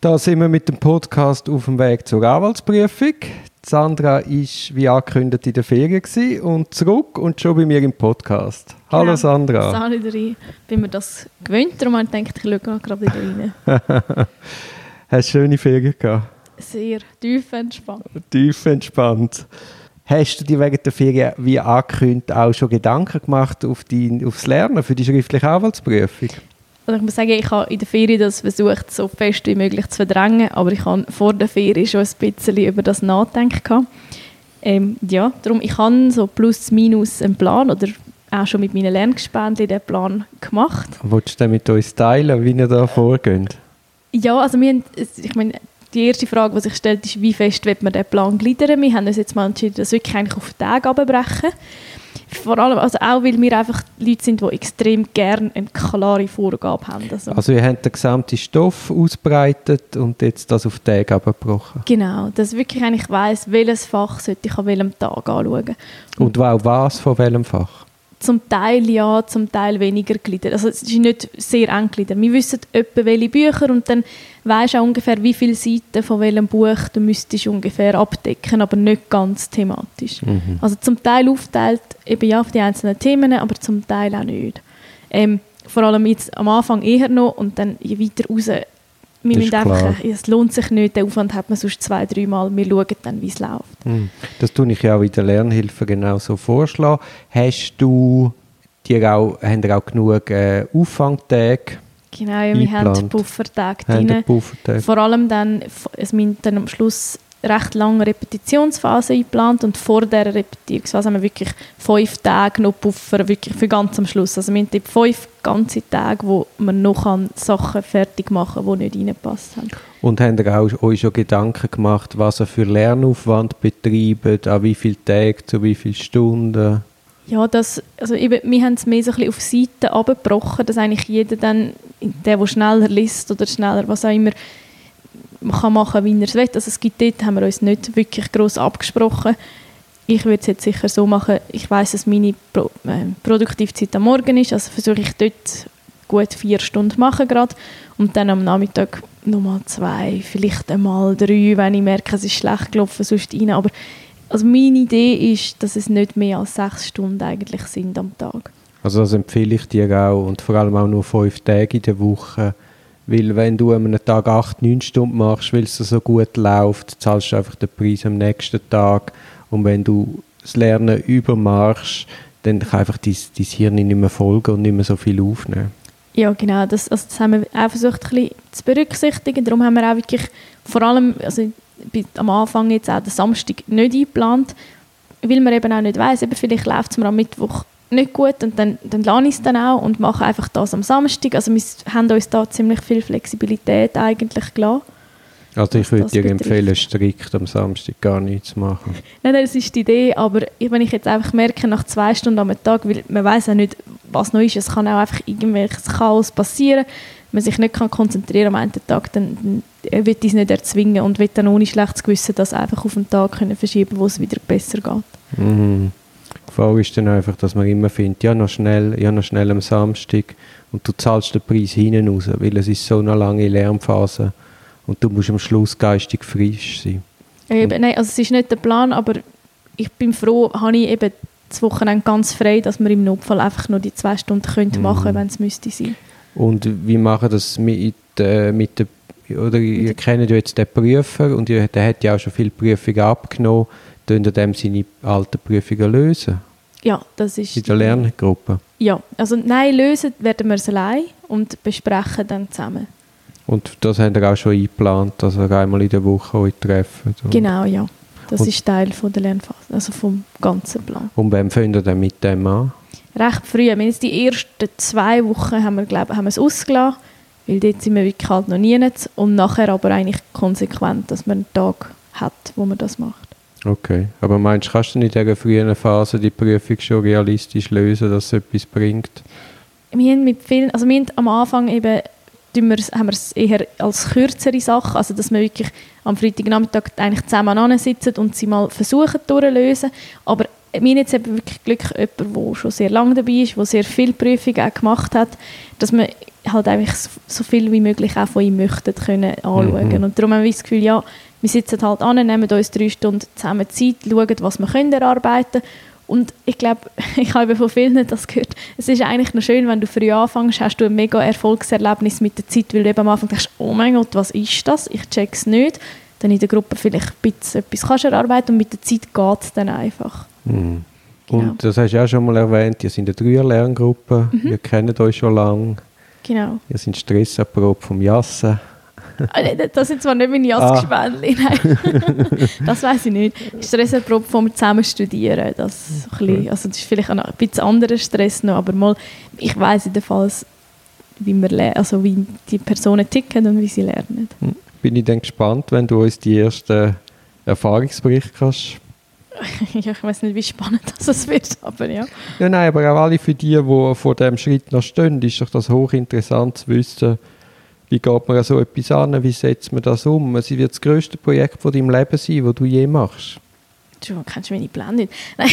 Da sind wir mit dem Podcast auf dem Weg zur Anwaltsprüfung. Sandra war wie angekündigt in der Ferien und zurück und schon bei mir im Podcast. Hallo Genau. Sandra. Sandra, ich bin mir das gewöhnt, darum habe ich gedacht, ich schaue gerade wieder rein. Hast du schöne Ferien gehabt? Sehr tief entspannt. Tief entspannt. Hast du dir wegen der Ferien, wie angekündigt, auch schon Gedanken gemacht aufs Lernen für die schriftliche Anwaltsprüfung? Also ich muss sagen, ich habe in der Ferien das versucht, so fest wie möglich zu verdrängen, aber ich habe vor der Ferien schon ein bisschen über das nachdenken. Darum, ich habe so plus minus einen Plan oder auch schon mit meinen Lerngespännchen den Plan gemacht. Willst du den mit uns teilen, wie ihr da vorgeht? Ja, also die erste Frage, die sich stellt, ist, wie fest wird man den Plan gliedern? Wir haben uns jetzt mal entschieden, das wirklich eigentlich auf Tage runterbrechen. Vor allem, also auch, weil wir einfach Leute sind, die extrem gerne eine klare Vorgabe haben. Also ihr habt den gesamten Stoff ausbreitet und jetzt das auf Tage abgebrochen? Genau, dass ich wirklich eigentlich weiss, welches Fach sollte ich an welchem Tag anschauen. Und auch was von welchem Fach? Zum Teil ja, zum Teil weniger gegliedert. Also es ist nicht sehr eng gegliedert. Wir wissen etwa welche Bücher und dann weisst du auch ungefähr, wie viele Seiten von welchem Buch du müsstest ungefähr abdecken, aber nicht ganz thematisch. Mhm. Also zum Teil aufteilt eben ja auf die einzelnen Themen, aber zum Teil auch nicht. Vor allem jetzt am Anfang eher noch und dann je weiter raus. Wir müssen einfach, es lohnt sich nicht, den Aufwand hat man sonst 2-3 Mal. Wir schauen dann, wie es läuft. Das tue ich ja auch in der Lernhilfe genau so vorschlagen. Haben dir auch genug Auffangtage? Genau, ja, wir haben Puffertage drin. Vor allem dann, es müssen dann am Schluss recht lange Repetitionsphase eingeplant und vor dieser Repetitionsphase haben wir wirklich 5 Tage noch Puffer, wirklich für ganz am Schluss. Also wir haben 5 ganze Tage, wo man noch Sachen fertig machen kann, die nicht reingepasst haben. Und habt ihr euch schon Gedanken gemacht, was ihr für Lernaufwand betreibt, an wie viele Tage, zu wie vielen Stunden? Ja, wir haben es mehr so ein bisschen auf Seiten abgebrochen, dass eigentlich jeder dann, der schneller liest oder schneller was auch immer, man kann machen, wie er es will. Also es gibt dort, haben wir uns nicht wirklich gross abgesprochen. Ich würde es jetzt sicher so machen, ich weiss, dass meine Produktivzeit am Morgen ist, also versuche ich dort gut 4 Stunden machen gerade und dann am Nachmittag nochmal 2, vielleicht einmal 3, wenn ich merke, es ist schlecht gelaufen, sonst rein. Aber also meine Idee ist, dass es nicht mehr als 6 Stunden eigentlich sind am Tag. Also das empfehle ich dir auch und vor allem auch nur 5 Tage in der Woche. Weil wenn du an einem Tag 8-9 Stunden machst, weil es so gut läuft, zahlst du einfach den Preis am nächsten Tag. Und wenn du das Lernen übermachst, dann kann einfach dein Hirn nicht mehr folgen und nicht mehr so viel aufnehmen. Ja, genau. Das haben wir auch versucht, ein bisschen zu berücksichtigen. Darum haben wir auch wirklich vor allem am Anfang jetzt auch den Samstag nicht eingeplant, weil man eben auch nicht weiss, eben vielleicht läuft es mir am Mittwoch nicht gut und dann lasse ich es dann auch und mache einfach das am Samstag. Also wir haben uns da ziemlich viel Flexibilität eigentlich gelassen. Also ich würde dir empfehlen, strikt am Samstag gar nichts zu machen. Nein, das ist die Idee, aber wenn ich jetzt einfach merke, nach 2 Stunden am Tag, weil man weiss auch nicht, was noch ist, es kann auch einfach irgendwelches Chaos passieren, wenn man sich nicht konzentrieren kann am einen Tag, dann wird ich es nicht erzwingen und wird dann ohne schlechtes Gewissen das einfach auf den Tag können verschieben, wo es wieder besser geht. Mhm. Die Gefahr ist dann einfach, dass man immer findet, ja noch schnell am Samstag und du zahlst den Preis hinten raus, weil es ist so eine lange Lernphase und du musst am Schluss geistig frisch sein. Nein, also es ist nicht der Plan, aber ich bin froh, habe ich eben das Wochenende ganz frei, dass wir im Notfall einfach nur die 2 Stunden machen können, wenn es müsste sein. Und wie machen das mit der oder ihr kennt ja jetzt den Prüfer und der hat ja auch schon viele Prüfungen abgenommen. Können ihr dem seine alten Prüfungen lösen? Ja, das ist... In der Lerngruppe? Ja, also nein, lösen werden wir es allein und besprechen dann zusammen. Und das habt ihr auch schon eingeplant, dass ihr einmal in der Woche euch treffen? Genau, ja. Das ist Teil von der Lernphase, also vom ganzen Plan. Und wann fängt ihr denn mit dem an? Recht früh. Wir jetzt die ersten 2 Wochen haben wir es ausgelassen, weil dort sind wir wirklich halt noch nie nicht. Und nachher aber eigentlich konsequent, dass man einen Tag hat, wo man das macht. Okay, aber meinst du, kannst du in dieser frühen Phase die Prüfung schon realistisch lösen, dass es etwas bringt? Wir haben am Anfang eben, haben wir es eher als kürzere Sache, also dass wir wirklich am Freitagnachmittag eigentlich zusammen sitzen und sie mal versuchen durchzulösen. Aber wir haben jetzt eben wirklich Glück, jemand, der schon sehr lange dabei ist, der sehr viele Prüfungen auch gemacht hat, dass man halt einfach so viel wie möglich auch von ihm möchten können anschauen. Und darum haben wir das Gefühl, ja, wir sitzen halt an, nehmen uns 3 Stunden zusammen Zeit, schauen, was wir können erarbeiten. Und ich glaube, ich habe von vielen das gehört, es ist eigentlich noch schön, wenn du früh anfängst, hast du ein mega Erfolgserlebnis mit der Zeit, weil du eben am Anfang denkst, oh mein Gott, was ist das? Ich check's nicht. Dann in der Gruppe vielleicht ein bisschen etwas kannst erarbeiten und mit der Zeit geht es dann einfach. Genau. Und das hast du auch schon mal erwähnt, ihr seid eine 3er-Lerngruppe, ihr kennt euch schon lange. Genau. Ihr seid stressabprobt vom Jassen. Das sind zwar nicht meine Jassgespendli, nein. Das weiss ich nicht. Stressabprobt vom zusammen studieren. Das, so also das ist vielleicht ein bisschen anderer Stress noch, aber mal, ich weiss in dem Fall, wie die Personen ticken und wie sie lernen. Bin ich dann gespannt, wenn du uns die ersten Erfahrungsberichte kannst. Ja, ich weiss nicht, wie spannend das wird, aber ja. Ja, nein, aber auch alle für die vor diesem Schritt noch stehen, ist doch das hochinteressant zu wissen, wie geht man so etwas an, wie setzt man das um. Es wird das grösste Projekt von deinem Leben sein, das du je machst. Du kennst meine Pläne nicht. Nein.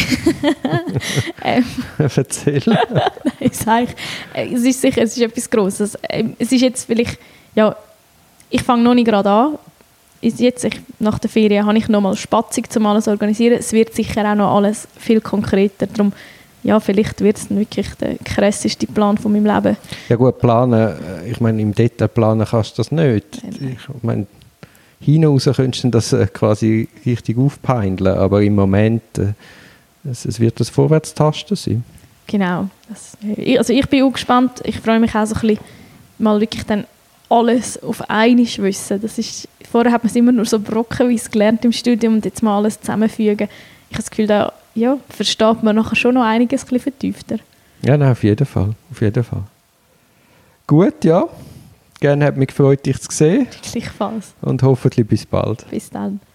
Erzähl. Nein, sag ich. Es ist sicher, es ist etwas Grosses. Es ist jetzt vielleicht, ja, ich fange noch nicht gerade an. Nach der Ferien habe ich noch mal Spatzig, um alles zu organisieren. Es wird sicher auch noch alles viel konkreter. Darum, ja, vielleicht wird es wirklich der krasseste Plan von meinem Leben. Ja gut, planen, ich meine, im Detail planen kannst du das nicht. Ich meine, hinaus könntest du das quasi richtig aufpeineln, aber im Moment es wird das Vorwärtstasten sein. Genau. Also ich bin auch gespannt. Ich freue mich auch so ein bisschen, mal wirklich dann alles auf einmal wissen. Vorher hat man es immer nur so brockenweise gelernt im Studium und jetzt mal alles zusammenfügen. Ich habe das Gefühl, da versteht man nachher schon noch einiges ein bisschen vertiefter. Ja, nein, auf jeden Fall. Auf jeden Fall. Gut, ja. Gerne hat mich gefreut, dich zu sehen. Gleichfalls. Und hoffentlich bis bald. Bis dann.